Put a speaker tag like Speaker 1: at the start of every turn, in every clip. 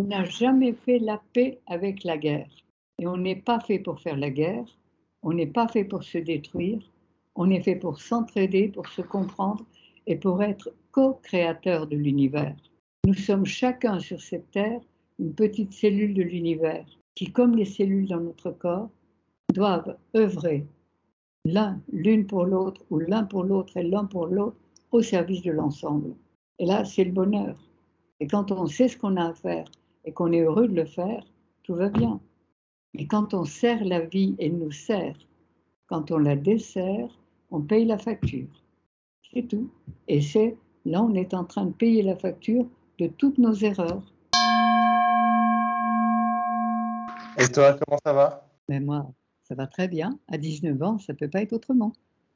Speaker 1: On n'a jamais fait la paix avec la guerre. Et on n'est pas fait pour faire la guerre, on n'est pas fait pour se détruire, on est fait pour s'entraider, pour se comprendre et pour être co-créateurs de l'univers. Nous sommes chacun sur cette terre une petite cellule de l'univers qui, comme les cellules dans notre corps, doivent œuvrer l'une pour l'autre ou l'un pour l'autre et l'un pour l'autre au service de l'ensemble. Et là, c'est le bonheur. Et quand on sait ce qu'on a à faire et qu'on est heureux de le faire, tout va bien. Mais quand on sert la vie, elle nous sert. Quand on la dessert, on paye la facture. C'est tout. Et là, on est en train de payer la facture de toutes nos erreurs.
Speaker 2: Et toi, comment ça va?
Speaker 1: Mais moi, ça va très bien. À 19 ans, ça ne peut pas être autrement.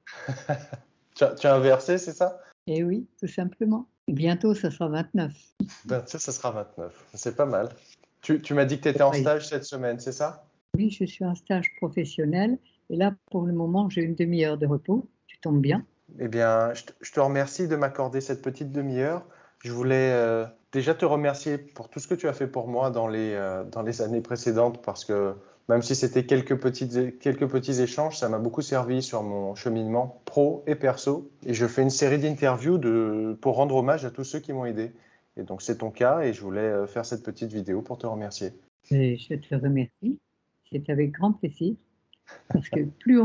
Speaker 2: Tu as inversé, c'est ça?
Speaker 1: Eh oui, tout simplement. Et bientôt, ça sera 29.
Speaker 2: Ben, tu sais, ça sera 29. C'est pas mal. Tu m'as dit que tu étais en stage cette semaine, c'est ça?
Speaker 1: Oui, je suis en stage professionnel. Et là, pour le moment, j'ai une demi-heure de repos. Tu tombes bien.
Speaker 2: Eh bien, je te remercie de m'accorder cette petite demi-heure. Je voulais déjà te remercier pour tout ce que tu as fait pour moi dans les années précédentes, parce que même si c'était quelques petits échanges, ça m'a beaucoup servi sur mon cheminement pro et perso. Et je fais une série d'interviews pour rendre hommage à tous ceux qui m'ont aidé. Et donc c'est ton cas, et je voulais faire cette petite vidéo pour te remercier.
Speaker 1: Et je te remercie. C'est avec grand plaisir. Parce que plus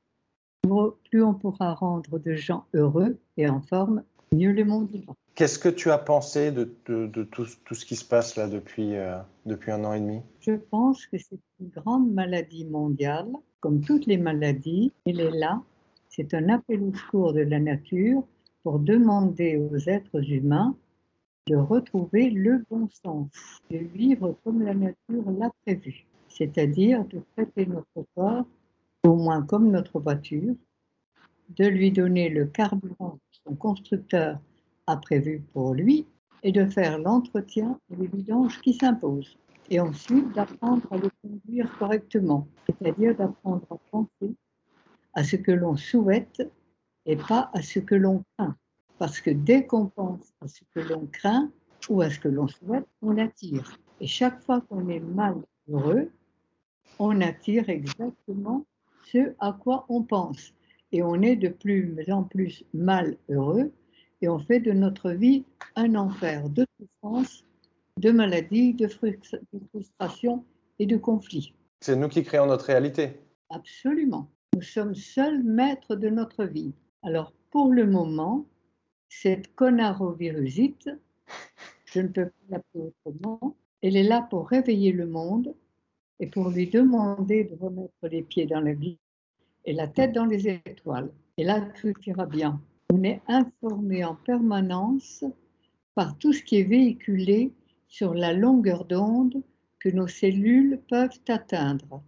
Speaker 1: on pourra rendre de gens heureux et en forme, mieux le monde ira.
Speaker 2: Qu'est-ce que tu as pensé de tout ce qui se passe là depuis 1 an et demi?
Speaker 1: Je pense que c'est une grande maladie mondiale, comme toutes les maladies. Elle est là. C'est un appel au secours de la nature pour demander aux êtres humains de retrouver le bon sens, de vivre comme la nature l'a prévu, c'est-à-dire de traiter notre corps au moins comme notre voiture, de lui donner le carburant que son constructeur a prévu pour lui et de faire l'entretien et les vidanges qui s'imposent. Et ensuite d'apprendre à le conduire correctement, c'est-à-dire d'apprendre à penser à ce que l'on souhaite et pas à ce que l'on craint. Parce que dès qu'on pense à ce que l'on craint ou à ce que l'on souhaite, on attire. Et chaque fois qu'on est malheureux, on attire exactement ce à quoi on pense. Et on est de plus en plus malheureux et on fait de notre vie un enfer de souffrance, de maladie, de frustration et de conflit.
Speaker 2: C'est nous qui créons notre réalité.
Speaker 1: Absolument. Nous sommes seuls maîtres de notre vie. Alors, pour le moment, cette conarovirusite, je ne peux pas l'appeler autrement, elle est là pour réveiller le monde et pour lui demander de remettre les pieds dans la vie et la tête dans les étoiles. Et là, tout ira bien. On est informé en permanence par tout ce qui est véhiculé sur la longueur d'onde que nos cellules peuvent atteindre.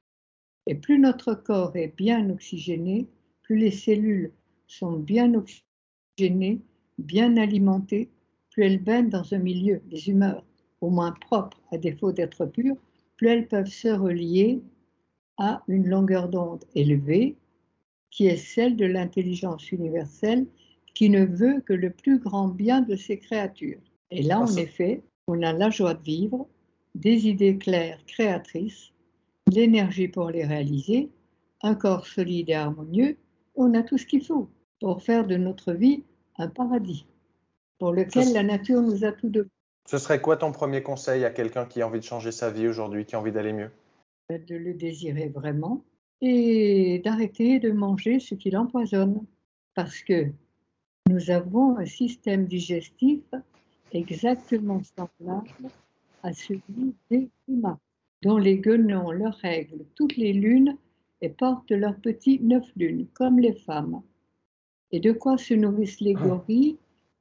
Speaker 1: Et plus notre corps est bien oxygéné, plus les cellules sont bien oxygénées, bien alimentées, plus elles baignent dans un milieu, des humeurs au moins propres, à défaut d'être pures, plus elles peuvent se relier à une longueur d'onde élevée, qui est celle de l'intelligence universelle, qui ne veut que le plus grand bien de ses créatures. Et là, en effet, on a la joie de vivre, des idées claires, créatrices, l'énergie pour les réaliser, un corps solide et harmonieux, on a tout ce qu'il faut pour faire de notre vie un paradis, pour lequel la nature nous a tout donné.
Speaker 2: Ce serait quoi ton premier conseil à quelqu'un qui a envie de changer sa vie aujourd'hui, qui a envie d'aller mieux?
Speaker 1: De le désirer vraiment et d'arrêter de manger ce qui l'empoisonne, parce que nous avons un système digestif exactement semblable à celui des humains, dont les guenons leur règlent toutes les lunes et portent leurs petits 9 lunes, comme les femmes. Et de quoi se nourrissent les gorilles?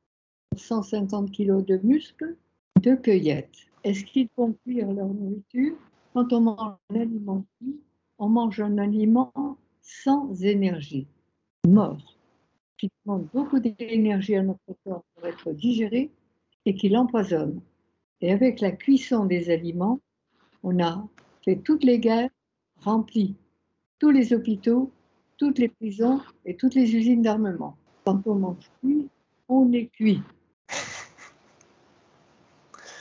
Speaker 1: 150 kilos de muscles, de cueillettes. Est-ce qu'ils font cuire leur nourriture? Quand on mange un aliment cuit, on mange un aliment sans énergie, mort, qui demande beaucoup d'énergie à notre corps pour être digéré et qui l'empoisonne. Et avec la cuisson des aliments, on a fait toutes les guerres, rempli tous les hôpitaux, toutes les prisons et toutes les usines d'armement. Quand on mange cuit, on est cuit.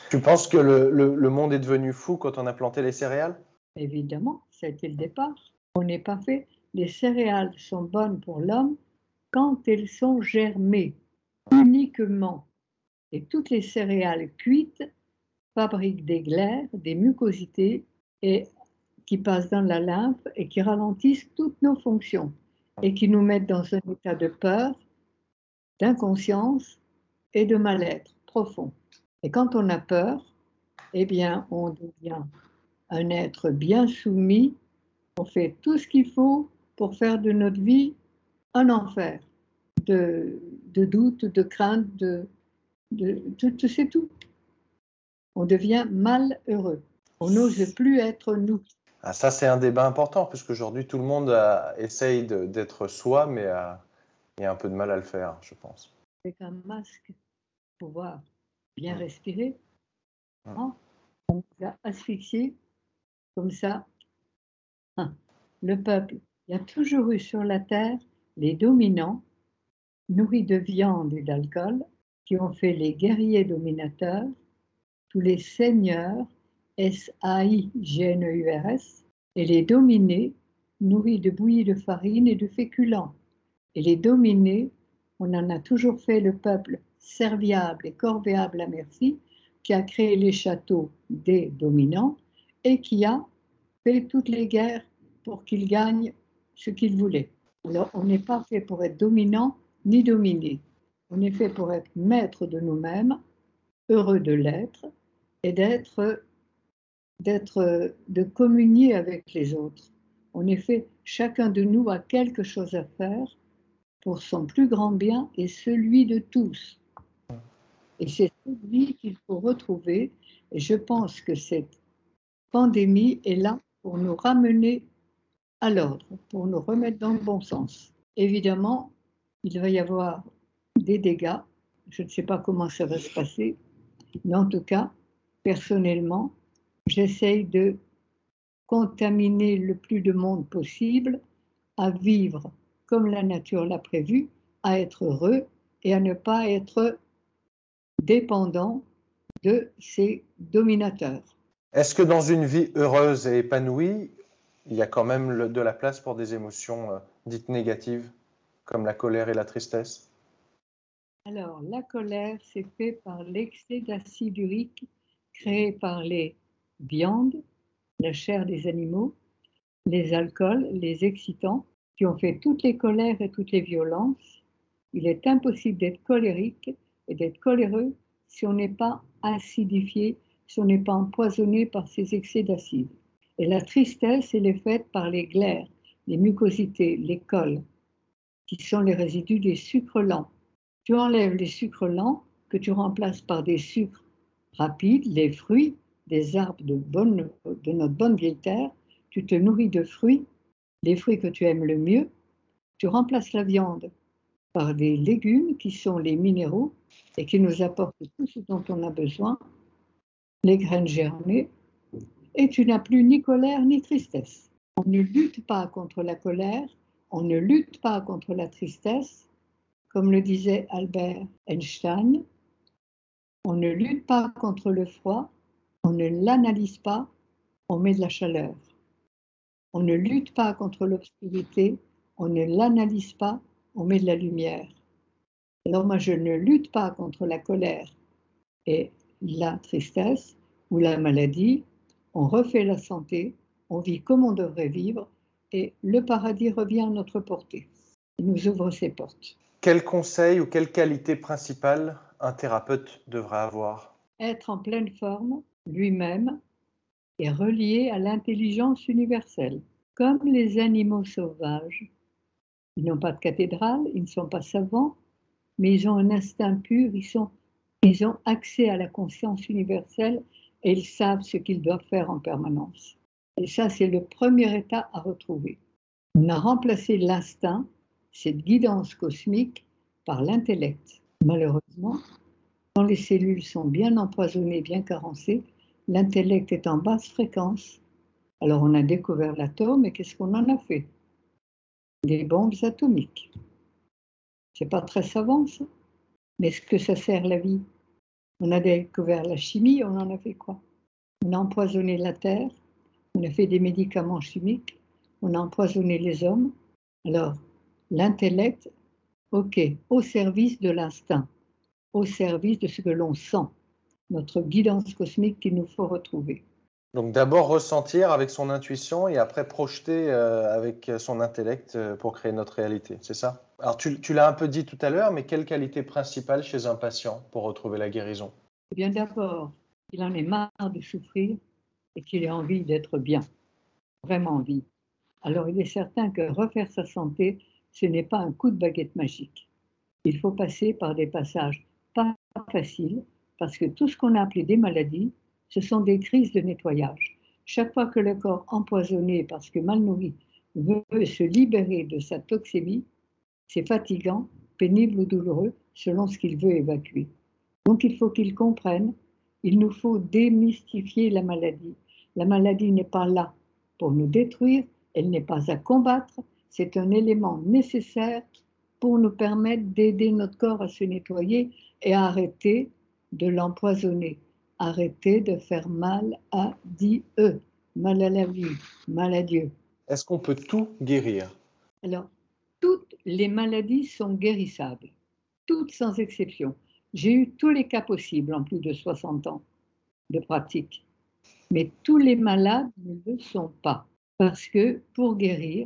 Speaker 2: Tu penses que le monde est devenu fou quand on a planté les céréales?
Speaker 1: Évidemment, ça a été le départ. On n'est pas fait. Les céréales sont bonnes pour l'homme quand elles sont germées, uniquement. Et toutes les céréales cuites fabriquent des glaires, des mucosités et qui passent dans la lymphe et qui ralentissent toutes nos fonctions et qui nous mettent dans un état de peur, d'inconscience et de mal-être profond. Et quand on a peur, eh bien, on devient un être bien soumis. On fait tout ce qu'il faut pour faire de notre vie un enfer de doute, de crainte, c'est tout. On devient malheureux. On n'ose plus être nous.
Speaker 2: Ah, ça, c'est un débat important, parce qu'aujourd'hui, tout le monde essaye d'être soi, mais il y a un peu de mal à le faire, je pense.
Speaker 1: Avec un masque, pouvoir bien respirer.
Speaker 2: Mm.
Speaker 1: On nous a asphyxiés comme ça. Le peuple, il y a toujours eu sur la terre les dominants, nourris de viande et d'alcool, qui ont fait les guerriers dominateurs, tous les seigneurs, S-A-I-G-N-E-U-R-S, et les dominés, nourris de bouillie de farine et de féculents. Et les dominés, on en a toujours fait le peuple serviable et corvéable à merci, qui a créé les châteaux des dominants et qui a fait toutes les guerres pour qu'ils gagnent ce qu'ils voulaient. Alors, on n'est pas fait pour être dominant ni dominé. On est fait pour être maître de nous-mêmes, heureux de l'être et de communier avec les autres. En effet, chacun de nous a quelque chose à faire pour son plus grand bien et celui de tous. Et c'est celui qu'il faut retrouver. Et je pense que cette pandémie est là pour nous ramener à l'ordre, pour nous remettre dans le bon sens. Évidemment, il va y avoir des dégâts. Je ne sais pas comment ça va se passer, mais en tout cas, personnellement, j'essaye de contaminer le plus de monde possible, à vivre comme la nature l'a prévu, à être heureux et à ne pas être dépendant de ces dominateurs.
Speaker 2: Est-ce que dans une vie heureuse et épanouie, il y a quand même de la place pour des émotions dites négatives, comme la colère et la tristesse?
Speaker 1: Alors, la colère, c'est fait par l'excès d'acide urique créé par les viandes, la chair des animaux, les alcools, les excitants, qui ont fait toutes les colères et toutes les violences. Il est impossible d'être colérique et d'être coléreux si on n'est pas acidifié, si on n'est pas empoisonné par ces excès d'acide. Et la tristesse, elle est faite par les glaires, les mucosités, les cols, qui sont les résidus des sucres lents. Tu enlèves les sucres lents que tu remplaces par des sucres rapides, les fruits, des arbres de notre bonne vieille terre. Tu te nourris de fruits, les fruits que tu aimes le mieux. Tu remplaces la viande par des légumes qui sont les minéraux et qui nous apportent tout ce dont on a besoin, les graines germées, et tu n'as plus ni colère ni tristesse. On ne lutte pas contre la colère, on ne lutte pas contre la tristesse, comme le disait Albert Einstein, on ne lutte pas contre le froid, on ne l'analyse pas, on met de la chaleur. On ne lutte pas contre l'obscurité, on ne l'analyse pas, on met de la lumière. Alors moi, je ne lutte pas contre la colère et la tristesse ou la maladie. On refait la santé, on vit comme on devrait vivre et le paradis revient à notre portée. Il nous ouvre ses portes.
Speaker 2: Quel conseil ou quelle qualité principale un thérapeute devrait avoir?
Speaker 1: Être en pleine forme, lui-même, est relié à l'intelligence universelle. Comme les animaux sauvages, ils n'ont pas de cathédrale, ils ne sont pas savants, mais ils ont un instinct pur, ils ont accès à la conscience universelle et ils savent ce qu'ils doivent faire en permanence. Et ça, c'est le premier état à retrouver. On a remplacé l'instinct, cette guidance cosmique, par l'intellect. Malheureusement, quand les cellules sont bien empoisonnées, bien carencées, l'intellect est en basse fréquence. Alors on a découvert l'atome et qu'est-ce qu'on en a fait? Des bombes atomiques. C'est pas très savant ça, mais est-ce que ça sert la vie? On a découvert la chimie, on en a fait quoi? On a empoisonné la terre, on a fait des médicaments chimiques, on a empoisonné les hommes. Alors, l'intellect, ok, au service de l'instinct, au service de ce que l'on sent, notre guidance cosmique qu'il nous faut retrouver.
Speaker 2: Donc d'abord ressentir avec son intuition et après projeter avec son intellect pour créer notre réalité, c'est ça? Alors tu l'as un peu dit tout à l'heure, mais quelle qualité principale chez un patient pour retrouver la guérison?
Speaker 1: Eh bien d'abord, il en est marre de souffrir et qu'il ait envie d'être bien, vraiment envie. Alors il est certain que refaire sa santé, ce n'est pas un coup de baguette magique. Il faut passer par des passages pas faciles, parce que tout ce qu'on a appelé des maladies, ce sont des crises de nettoyage. Chaque fois que le corps empoisonné, parce que mal nourri, veut se libérer de sa toxémie, c'est fatigant, pénible ou douloureux, selon ce qu'il veut évacuer. Donc il faut qu'il comprenne, il nous faut démystifier la maladie. La maladie n'est pas là pour nous détruire, elle n'est pas à combattre, c'est un élément nécessaire pour nous permettre d'aider notre corps à se nettoyer et à arrêter de l'empoisonner, arrêter de faire mal à Dieu, mal à la vie, mal à Dieu.
Speaker 2: Est-ce qu'on peut tout guérir?
Speaker 1: Alors, toutes les maladies sont guérissables, toutes sans exception. J'ai eu tous les cas possibles en plus de 60 ans de pratique, mais tous les malades ne le sont pas, parce que pour guérir,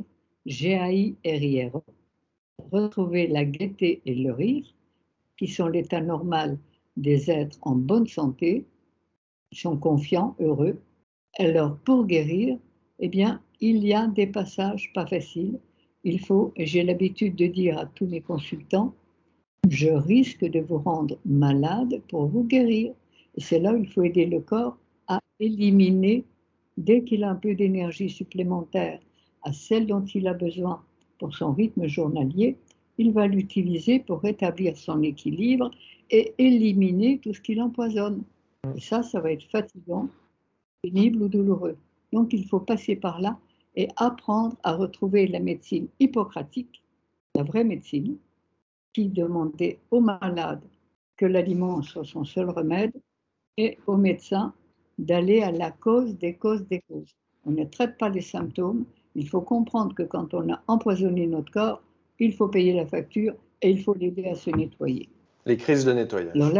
Speaker 1: GAIRIR, retrouver la gaieté et le rire, qui sont l'état normal des êtres en bonne santé, qui sont confiants, heureux. Alors pour guérir, eh bien, il y a des passages pas faciles. Il faut, et j'ai l'habitude de dire à tous mes consultants, je risque de vous rendre malade pour vous guérir. Et c'est là où il faut aider le corps à éliminer, dès qu'il a un peu d'énergie supplémentaire à celle dont il a besoin pour son rythme journalier, il va l'utiliser pour rétablir son équilibre et éliminer tout ce qui l'empoisonne. Et ça va être fatigant, pénible ou douloureux. Donc il faut passer par là et apprendre à retrouver la médecine hippocratique, la vraie médecine, qui demandait aux malades que l'aliment soit son seul remède et aux médecins d'aller à la cause des causes des causes. On ne traite pas les symptômes, il faut comprendre que quand on a empoisonné notre corps, il faut payer la facture et il faut l'aider à se nettoyer.
Speaker 2: Les crises de nettoyage.
Speaker 1: Alors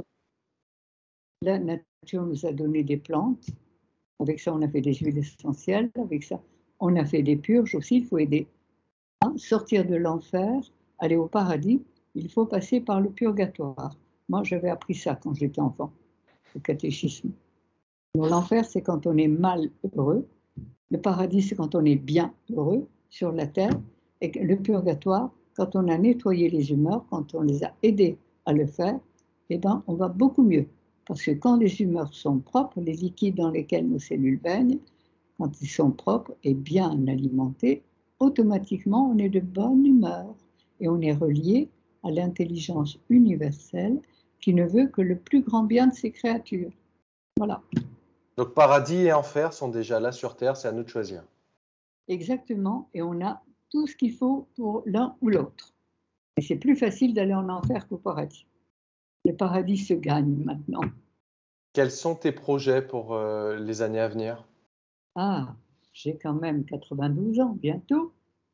Speaker 1: la nature nous a donné des plantes, avec ça on a fait des huiles essentielles, avec ça on a fait des purges aussi, il faut aider à sortir de l'enfer, aller au paradis, il faut passer par le purgatoire. Moi j'avais appris ça quand j'étais enfant, au catéchisme. L'enfer, c'est quand on est mal heureux. Le paradis, c'est quand on est bien heureux sur la terre. Et le purgatoire, quand on a nettoyé les humeurs, quand on les a aidés à le faire, eh ben, on va beaucoup mieux. Parce que quand les humeurs sont propres, les liquides dans lesquels nos cellules baignent, quand ils sont propres et bien alimentés, automatiquement, on est de bonne humeur. Et on est relié à l'intelligence universelle qui ne veut que le plus grand bien de ses créatures. Voilà.
Speaker 2: Donc paradis et enfer sont déjà là sur Terre, c'est à nous de choisir.
Speaker 1: Exactement, et on a tout ce qu'il faut pour l'un ou l'autre. Et c'est plus facile d'aller en enfer qu'au paradis. Le paradis se gagne maintenant.
Speaker 2: Quels sont tes projets pour les années à venir?
Speaker 1: Ah, j'ai quand même 92 ans bientôt,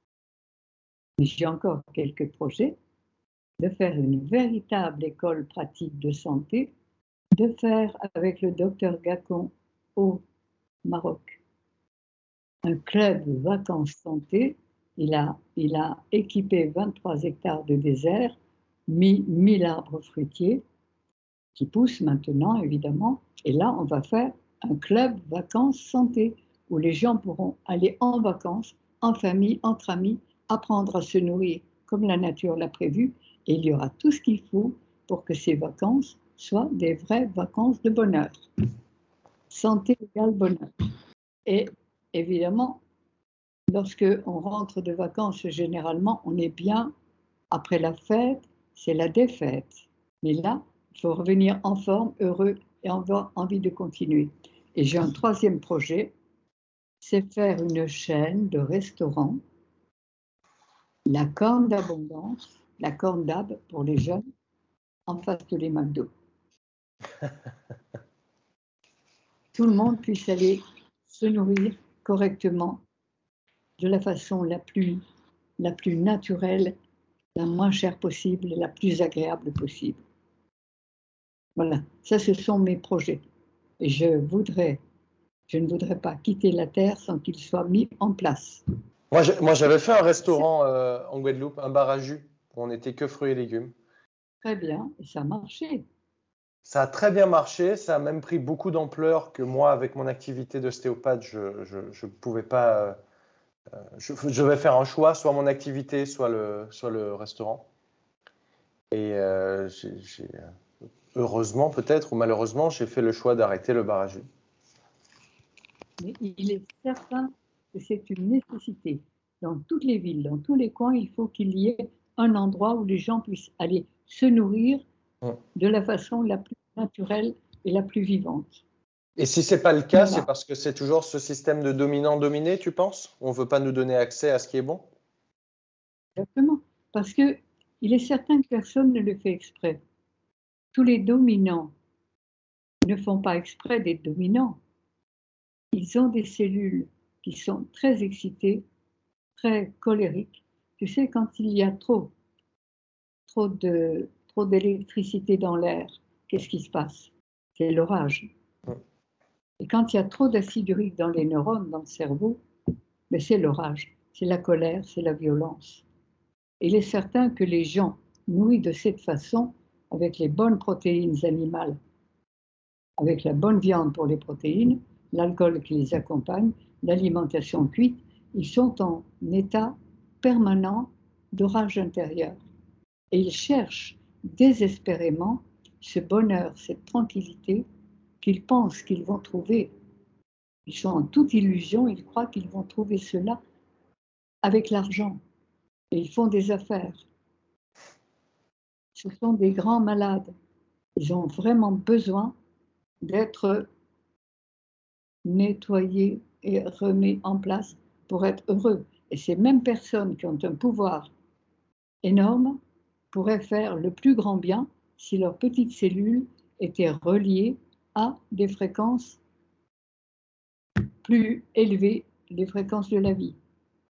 Speaker 1: mais j'ai encore quelques projets de faire une véritable école pratique de santé, de faire avec le docteur Gacon au Maroc un club de vacances santé. Il a équipé 23 hectares de désert, mis 1000 arbres fruitiers qui poussent maintenant, évidemment. Et là, on va faire un club vacances santé où les gens pourront aller en vacances, en famille, entre amis, apprendre à se nourrir comme la nature l'a prévu. Et il y aura tout ce qu'il faut pour que ces vacances soient des vraies vacances de bonheur. Santé égale bonheur. Et évidemment, lorsque on rentre de vacances, généralement, on est bien. Après la fête, c'est la défaite. Mais là, il faut revenir en forme, heureux et avoir envie de continuer. Et j'ai un troisième projet, c'est faire une chaîne de restaurants, la Corne d'Abondance, la Corne d'Ab pour les jeunes, en face de les McDo. Tout le monde puisse aller se nourrir correctement, de la façon la plus naturelle, la moins chère possible, la plus agréable possible. Voilà, ça ce sont mes projets. Et je ne voudrais pas quitter la Terre sans qu'ils soient mis en place.
Speaker 2: Moi, j'avais fait un restaurant en Guadeloupe, un bar à jus, où on n'était que fruits et légumes.
Speaker 1: Très bien, et ça a marché.
Speaker 2: Ça a très bien marché, ça a même pris beaucoup d'ampleur que moi, avec mon activité d'ostéopathe, je pouvais pas. Je vais faire un choix, soit mon activité, soit le restaurant. Et heureusement, peut-être, ou malheureusement, j'ai fait le choix d'arrêter le bar à jus.
Speaker 1: Mais il est certain que c'est une nécessité. Dans toutes les villes, dans tous les coins, il faut qu'il y ait un endroit où les gens puissent aller se nourrir
Speaker 2: Mm.
Speaker 1: de la façon la plus naturelle et la plus vivante.
Speaker 2: Et si c'est pas le cas, c'est
Speaker 1: Voilà,
Speaker 2: parce que c'est toujours ce système de dominant-dominé, tu penses? On veut pas nous donner accès à ce qui est bon?
Speaker 1: exactement. Parce que il est certain que personne ne le fait exprès. Tous les dominants ne font pas exprès d'être dominants. Ils ont des cellules qui sont très excitées, très colériques. Tu sais, quand il y a trop d'électricité dans l'air, qu'est-ce qui se passe? C'est l'orage.
Speaker 2: Mm.
Speaker 1: Et quand il y a trop d'acide urique dans les neurones, dans le cerveau, mais c'est l'orage, c'est la colère, c'est la violence. Et il est certain que les gens nourris de cette façon, avec les bonnes protéines animales, avec la bonne viande pour les protéines, l'alcool qui les accompagne, l'alimentation cuite, ils sont en état permanent d'orage intérieur. Et ils cherchent désespérément ce bonheur, cette tranquillité qu'ils pensent qu'ils vont trouver. Ils sont en toute illusion, ils croient qu'ils vont trouver cela avec l'argent. Et ils font des affaires. Ce sont des grands malades. Ils ont vraiment besoin d'être nettoyés et remis en place pour être heureux. Et ces mêmes personnes qui ont un pouvoir énorme pourraient faire le plus grand bien si leurs petites cellules étaient reliées à des fréquences plus élevées, les fréquences de la vie.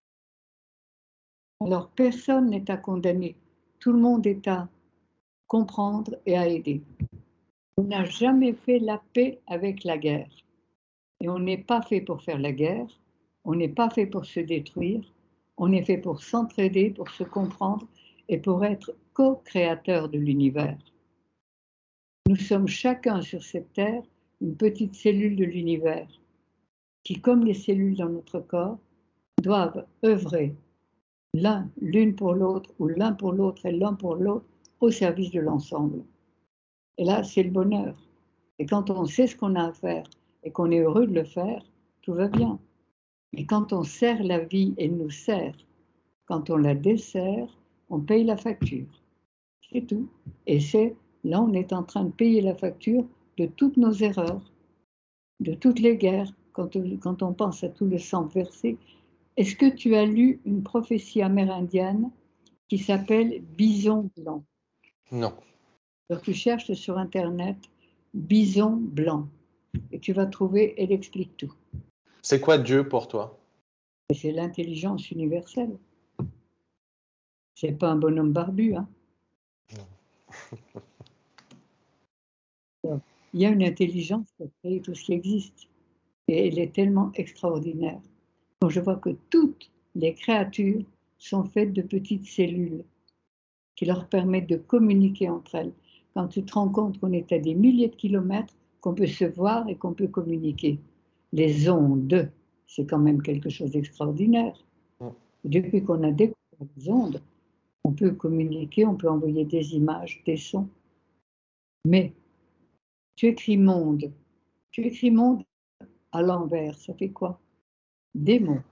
Speaker 1: Alors personne n'est à condamner, tout le monde est à comprendre et à aider. On n'a jamais fait la paix avec la guerre. Et on n'est pas fait pour faire la guerre, on n'est pas fait pour se détruire, on est fait pour s'entraider, pour se comprendre et pour être co-créateurs de l'univers. Nous sommes chacun sur cette terre une petite cellule de l'univers qui, comme les cellules dans notre corps, doivent œuvrer l'une pour l'autre ou l'un pour l'autre et l'un pour l'autre au service de l'ensemble. Et là, c'est le bonheur. Et quand on sait ce qu'on a à faire et qu'on est heureux de le faire, tout va bien. Mais quand on sert la vie, elle nous sert. Quand on la dessert, on paye la facture. C'est tout. Et c'est là, on est en train de payer la facture de toutes nos erreurs, de toutes les guerres, quand on pense à tout le sang versé. Est-ce que tu as lu une prophétie amérindienne qui s'appelle Bison blanc?
Speaker 2: Non.
Speaker 1: Alors tu cherches sur Internet Bison blanc et tu vas trouver, elle explique tout.
Speaker 2: C'est quoi Dieu pour toi?
Speaker 1: Et c'est l'intelligence universelle. C'est pas un bonhomme barbu, hein. Il y a une intelligence pour créer tout ce qui existe. Et elle est tellement extraordinaire. Quand je vois que toutes les créatures sont faites de petites cellules qui leur permettent de communiquer entre elles. Quand tu te rends compte qu'on est à des milliers de kilomètres, qu'on peut se voir et qu'on peut communiquer. Les ondes, c'est quand même quelque chose d'extraordinaire.
Speaker 2: Mm.
Speaker 1: Depuis qu'on a découvert les ondes, on peut communiquer, on peut envoyer des images, des sons. Mais tu écris monde. Tu écris monde à l'envers, ça fait quoi? Démon.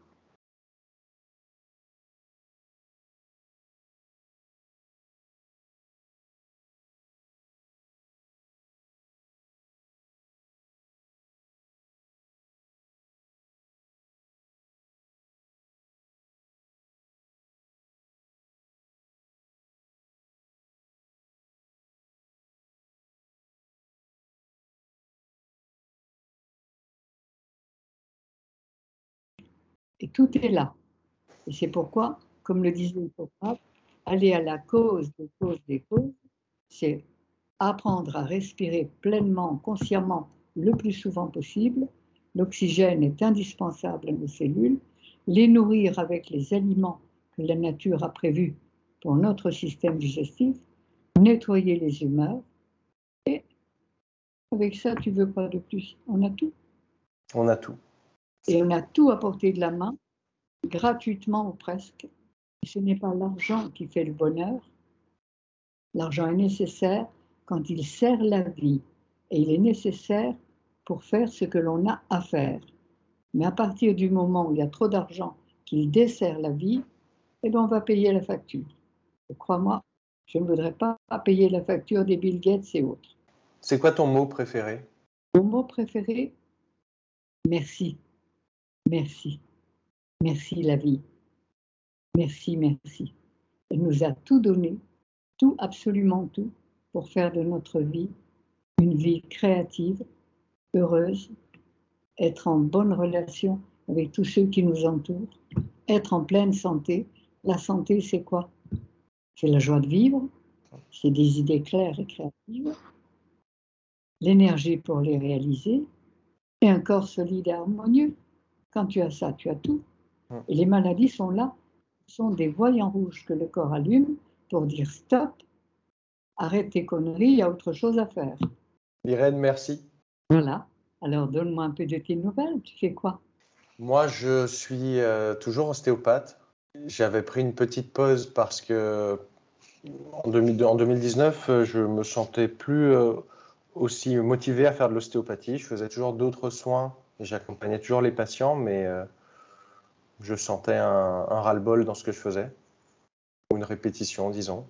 Speaker 1: Et tout est là. Et c'est pourquoi, comme le disait Hippocrate, aller à la cause des causes des causes, c'est apprendre à respirer pleinement, consciemment, le plus souvent possible. L'oxygène est indispensable à nos cellules. Les nourrir avec les aliments que la nature a prévus pour notre système digestif, nettoyer les humeurs. Et avec ça, tu veux pas de plus. On a tout.
Speaker 2: On a tout.
Speaker 1: Et on a tout à portée de la main, gratuitement ou presque. Et ce n'est pas l'argent qui fait le bonheur. L'argent est nécessaire quand il sert la vie. Et il est nécessaire pour faire ce que l'on a à faire. Mais à partir du moment où il y a trop d'argent qu'il dessert la vie, eh bien on va payer la facture. Et crois-moi, je ne voudrais pas payer la facture des Bill Gates et autres.
Speaker 2: C'est quoi ton mot préféré?
Speaker 1: Mon mot préféré, merci. Merci. Merci la vie. Merci, merci. Elle nous a tout donné, tout, absolument tout, pour faire de notre vie une vie créative, heureuse, être en bonne relation avec tous ceux qui nous entourent, être en pleine santé. La santé, c'est quoi? C'est la joie de vivre, c'est des idées claires et créatives, l'énergie pour les réaliser, et un corps solide et harmonieux. Quand tu as ça, tu as tout. Et les maladies sont là, sont des voyants rouges que le corps allume pour dire stop, arrête tes conneries, il y a autre chose à faire.
Speaker 2: Irène, merci.
Speaker 1: Voilà. Alors donne-moi un peu de tes nouvelles, tu fais quoi?
Speaker 2: Moi, je suis toujours ostéopathe. J'avais pris une petite pause parce que en 2019, je me sentais plus aussi motivé à faire de l'ostéopathie. Je faisais toujours d'autres soins et j'accompagnais toujours les patients, mais je sentais un ras-le-bol dans ce que je faisais, ou une répétition, disons.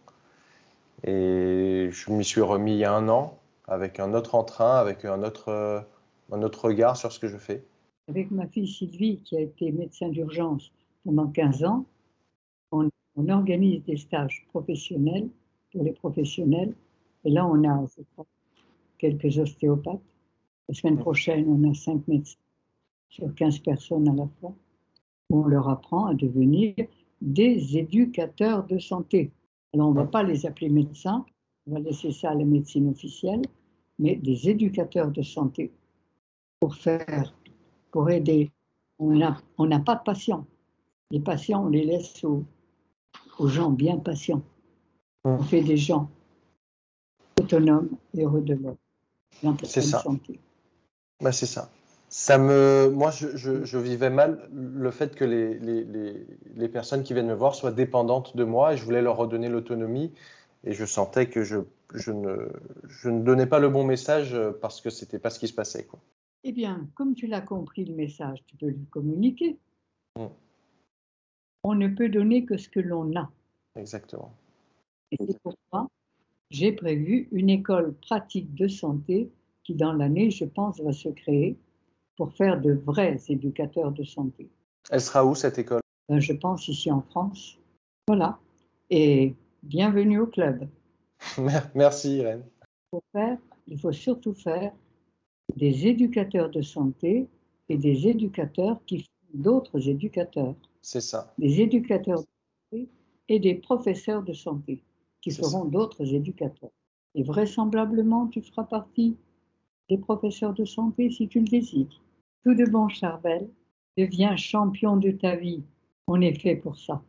Speaker 2: Et je m'y suis remis il y a un an avec un autre entrain, avec un autre regard sur ce que je fais.
Speaker 1: Avec ma fille Sylvie, qui a été médecin d'urgence pendant 15 ans, on organise des stages professionnels pour les professionnels. Et là, on a, je crois, quelques ostéopathes. La semaine prochaine, on a 5 médecins sur 15 personnes à la fois. On leur apprend à devenir des éducateurs de santé. Alors, on ne va pas les appeler médecins, on va laisser ça à la médecine officielle, mais des éducateurs de santé pour aider. On n'a pas de patients. Les patients, on les laisse aux gens bien patients. On fait des gens autonomes et heureux de leur
Speaker 2: C'est ça.
Speaker 1: santé.
Speaker 2: Bah, c'est ça. Moi, je vivais mal le fait que les personnes qui viennent me voir soient dépendantes de moi et je voulais leur redonner l'autonomie et je sentais que je ne donnais pas le bon message parce que c'était pas ce qui se passait, quoi.
Speaker 1: Eh bien, comme tu l'as compris le message, tu peux lui communiquer. On ne peut donner que ce que l'on a.
Speaker 2: Exactement.
Speaker 1: Et c'est pourquoi j'ai prévu une école pratique de santé qui, dans l'année, je pense, va se créer pour faire de vrais éducateurs de santé.
Speaker 2: Elle sera où, cette école?
Speaker 1: Je pense ici en France. Voilà. Et bienvenue au club.
Speaker 2: Merci, Irène.
Speaker 1: Il faut surtout faire des éducateurs de santé et des éducateurs qui font d'autres éducateurs.
Speaker 2: C'est ça.
Speaker 1: Des éducateurs de santé et des professeurs de santé qui feront d'autres éducateurs. Et vraisemblablement, tu feras partie des professeurs de santé si tu le désires. Tout de bon, Charbel, deviens champion de ta vie. On est fait pour ça.